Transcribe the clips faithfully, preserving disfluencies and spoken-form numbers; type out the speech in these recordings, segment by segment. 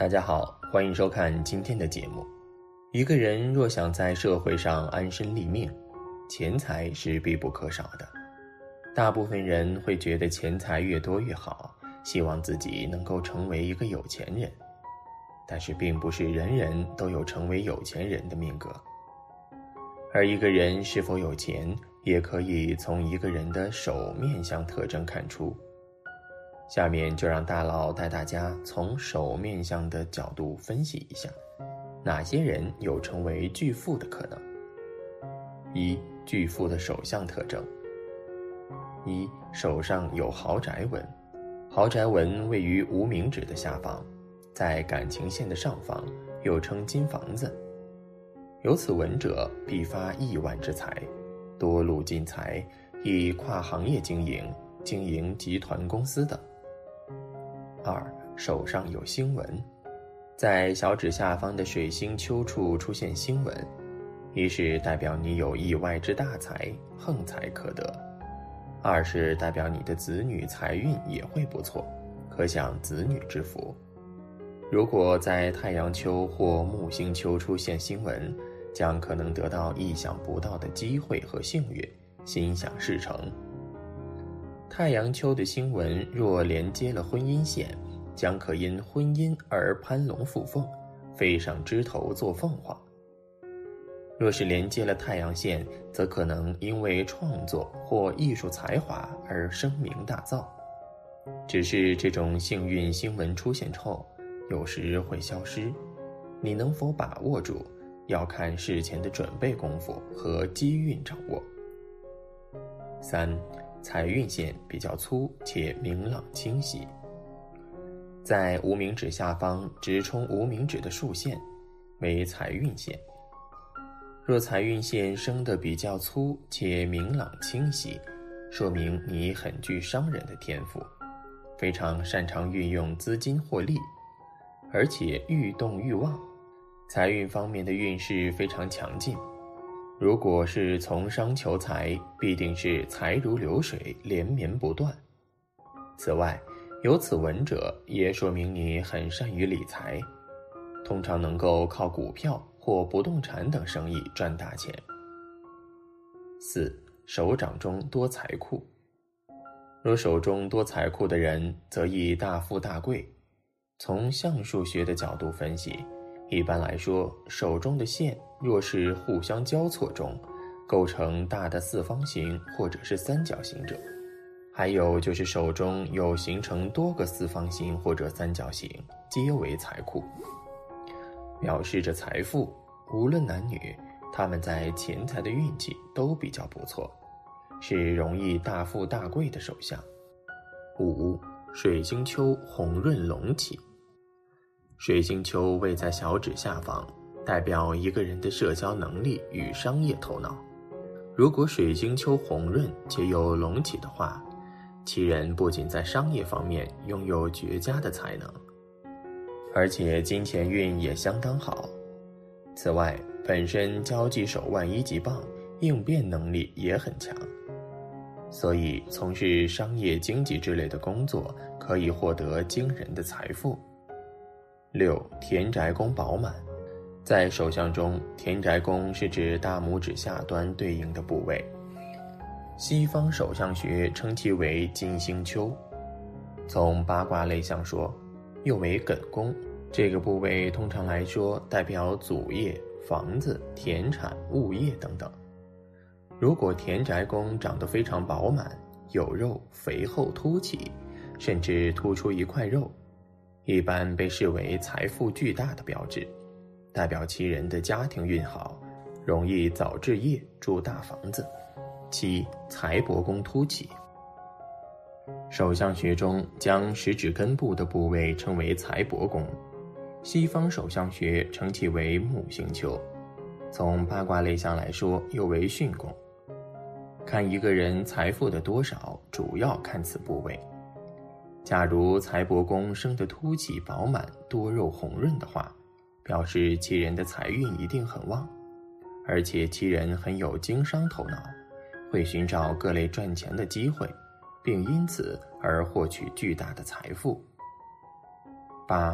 大家好，欢迎收看今天的节目。一个人若想在社会上安身立命，钱财是必不可少的。大部分人会觉得钱财越多越好，希望自己能够成为一个有钱人。但是并不是人人都有成为有钱人的命格。而一个人是否有钱，也可以从一个人的手面相特征看出。下面就让大佬带大家从手面相的角度分析一下，哪些人有成为巨富的可能。一、巨富的手相特征。一、手上有豪宅纹。豪宅纹位于无名指的下方，在感情线的上方，又称金房子。有此纹者必发亿万之财，多路进财，以跨行业经营，经营集团公司等。二、手上有星纹。在小指下方的水星丘处出现星纹，一是代表你有意外之大财，横财可得；二是代表你的子女财运也会不错，可享子女之福。如果在太阳丘或木星丘出现星纹，将可能得到意想不到的机会和幸运，心想事成。太阳丘的星纹若连接了婚姻线，将可因婚姻而攀龙附凤，飞上枝头做凤凰。若是连接了太阳线，则可能因为创作或艺术才华而声名大噪。只是这种幸运星纹出现后，有时会消失，你能否把握住，要看事前的准备功夫和机运掌握。三、财运线比较粗且明朗清晰。在无名指下方直冲无名指的竖线为财运线。若财运线生得比较粗且明朗清晰，说明你很具商人的天赋，非常擅长运用资金获利，而且愈动愈旺，财运方面的运势非常强劲。如果是从商求财，必定是财如流水，连绵不断。此外，有此纹者也说明你很善于理财，通常能够靠股票或不动产等生意赚大钱。四、手掌中多财库。若手中多财库的人，则易大富大贵。从相数学的角度分析，一般来说，手中的线若是互相交错中，构成大的四方形或者是三角形者，还有就是手中有形成多个四方形或者三角形，皆为财库，表示着财富。无论男女，他们在钱财的运气都比较不错，是容易大富大贵的手相。五、水星丘红润隆起。水星丘位在小指下方，代表一个人的社交能力与商业头脑。如果水星丘红润且有隆起的话，其人不仅在商业方面拥有绝佳的才能，而且金钱运也相当好。此外，本身交际手腕一级棒，应变能力也很强，所以从事商业经济之类的工作，可以获得惊人的财富。六、田宅宫饱满。在手相中，田宅宫是指大拇指下端对应的部位，西方手相学称其为金星丘。从八卦类象说，又为艮宫，这个部位通常来说代表祖业、房子、田产、物业等等。如果田宅宫长得非常饱满，有肉、肥厚、凸起，甚至突出一块肉，一般被视为财富巨大的标志，代表其人的家庭运好，容易早置业，住大房子。七、财帛宫凸起。手相学中将食指根部的部位称为财帛宫，西方手相学称其为木星丘，从八卦类象来说又为巽宫。看一个人财富的多少，主要看此部位。假如财帛宫生得凸起饱满，多肉红润的话，表示其人的财运一定很旺，而且其人很有经商头脑，会寻找各类赚钱的机会，并因此而获取巨大的财富。八、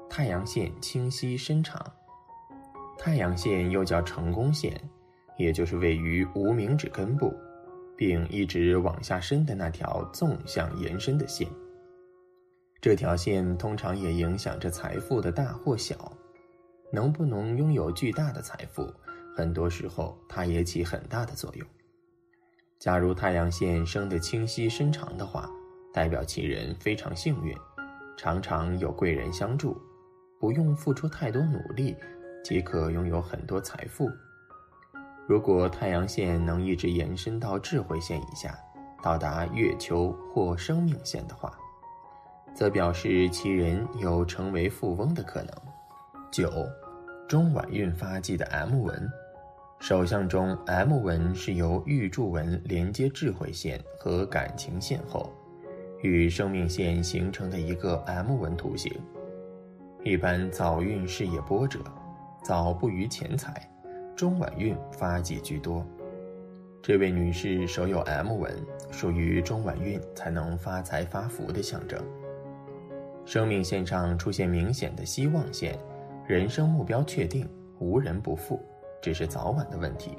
太阳线清晰伸长。太阳线又叫成功线，也就是位于无名指根部，并一直往下伸的那条纵向延伸的线。这条线通常也影响着财富的大或小，能不能拥有巨大的财富，很多时候它也起很大的作用。假如太阳线升得清晰伸长的话，代表其人非常幸运，常常有贵人相助，不用付出太多努力即可拥有很多财富。如果太阳线能一直延伸到智慧线以下，到达月球或生命线的话，则表示其人有成为富翁的可能。九，中晚运发迹的 M 纹。手相中 M 纹是由玉柱纹连接智慧线和感情线后，与生命线形成的一个 M 纹图形。一般早运事业波折，早不于钱财，中晚运发迹居多。这位女士手有 M 纹，属于中晚运才能发财发福的象征。生命线上出现明显的希望线，人生目标确定，无人不富，只是早晚的问题。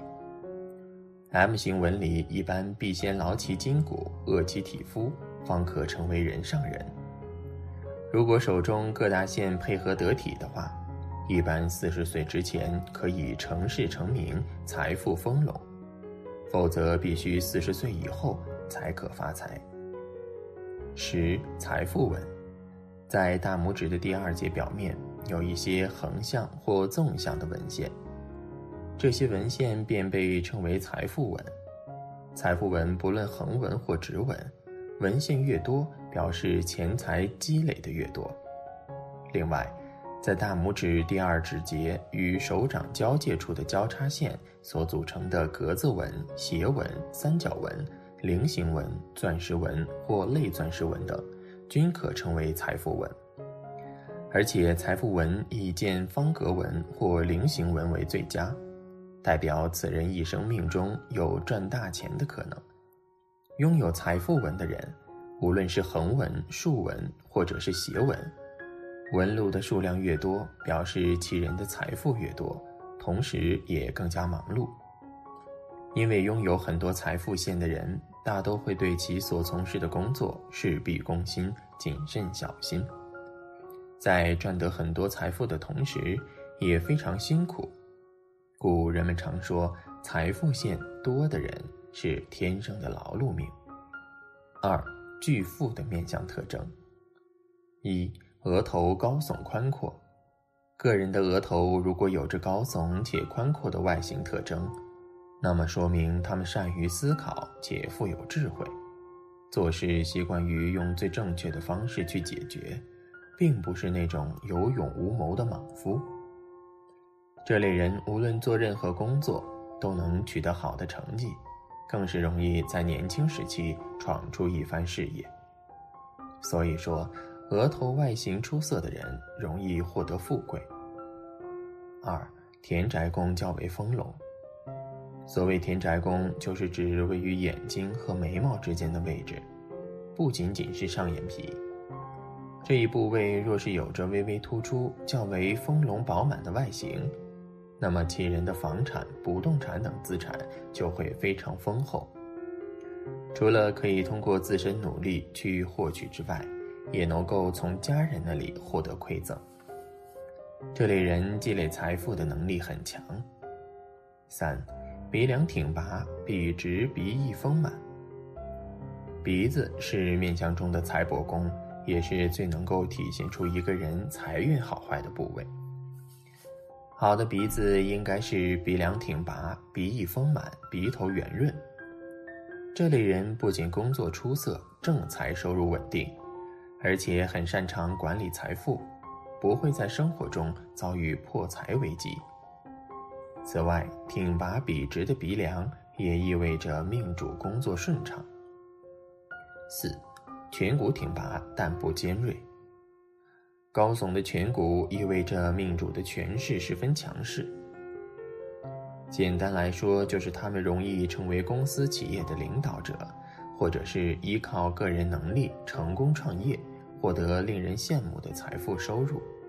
M 型纹理一般必先劳其筋骨，饿其体肤，方可成为人上人。如果手中各大线配合得体的话，一般四十岁之前可以成事成名，财富丰隆，否则必须四十岁以后才可发财。十，财富纹。在大拇指的第二节表面有一些横向或纵向的纹线，这些纹线便被称为财富纹。财富纹不论横纹或直纹，纹线越多，表示钱财积累的越多。另外，在大拇指第二指节与手掌交界处的交叉线所组成的格子纹、斜纹、三角纹、菱形纹、钻石纹或类钻石纹等，均可称为财富纹。而且财富纹以见方格纹或菱形纹为最佳，代表此人一生命中有赚大钱的可能。拥有财富纹的人，无论是横纹、竖纹或者是斜纹，纹路的数量越多，表示其人的财富越多，同时也更加忙碌。因为拥有很多财富线的人，大都会对其所从事的工作事必躬心，谨慎小心，在赚得很多财富的同时也非常辛苦，故人们常说财富线多的人是天生的劳碌命。二，巨富的面相特征。一，额头高耸宽阔。个人的额头如果有着高耸且宽阔的外形特征，那么说明他们善于思考且富有智慧，做事习惯于用最正确的方式去解决，并不是那种有勇无谋的莽夫。这类人无论做任何工作都能取得好的成绩，更是容易在年轻时期闯出一番事业。所以说，额头外形出色的人容易获得富贵。二，田宅宫较为丰隆。所谓田宅宫，就是指位于眼睛和眉毛之间的位置，不仅仅是上眼皮。这一部位若是有着微微突出、较为丰隆饱满的外形，那么其人的房产、不动产等资产就会非常丰厚。除了可以通过自身努力去获取之外，也能够从家人那里获得馈赠。这类人积累财富的能力很强。三，鼻梁挺拔，笔直，鼻翼丰满。鼻子是面相中的财帛宫，也是最能够体现出一个人财运好坏的部位。好的鼻子应该是鼻梁挺拔，鼻翼丰满，鼻头圆润。这类人不仅工作出色，正财收入稳定，而且很擅长管理财富，不会在生活中遭遇破财危机。此外，挺拔笔直的鼻梁也意味着命主工作顺畅。四，颧骨挺拔但不尖锐。高耸的颧骨意味着命主的权势十分强势。简单来说，就是他们容易成为公司企业的领导者，或者是依靠个人能力成功创业，获得令人羡慕的财富收入。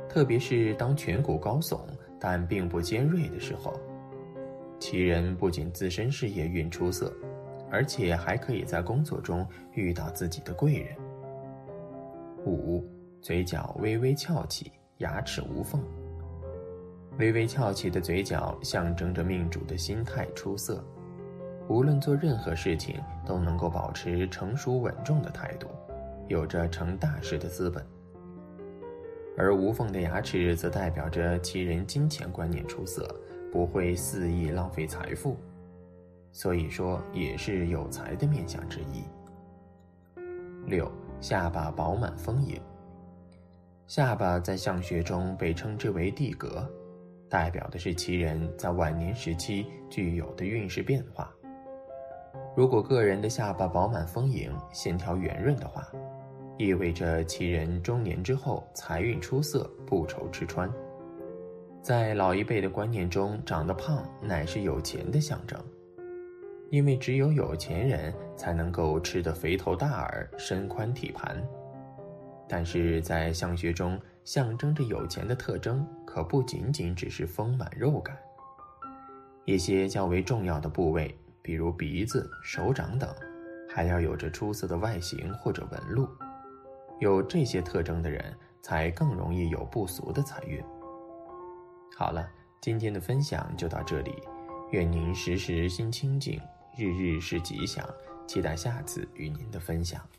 特别是当颧骨高耸但并不尖锐的时候，其人不仅自身事业运出色，而且还可以在工作中遇到自己的贵人。五、嘴角微微翘起，牙齿无缝。微微翘起的嘴角象征着命主的心态出色，无论做任何事情都能够保持成熟稳重的态度，有着成大事的资本。而无缝的牙齿则代表着其人金钱观念出色，不会肆意浪费财富，所以说也是有财的面相之一。六、下巴饱满丰盈。下巴在相学中被称之为地格，代表的是其人在晚年时期具有的运势变化。如果个人的下巴饱满丰盈，线条圆润的话，意味着其人中年之后财运出色，不愁吃穿。在老一辈的观念中，长得胖乃是有钱的象征，因为只有有钱人才能够吃得肥头大耳，身宽体盘。但是在相学中，象征着有钱的特征可不仅仅只是丰满肉感，一些较为重要的部位，比如鼻子、手掌等，还要有着出色的外形或者纹路。有这些特征的人才更容易有不俗的财运。好了，今天的分享就到这里，愿您时时心清静，日日是吉祥，期待下次与您的分享。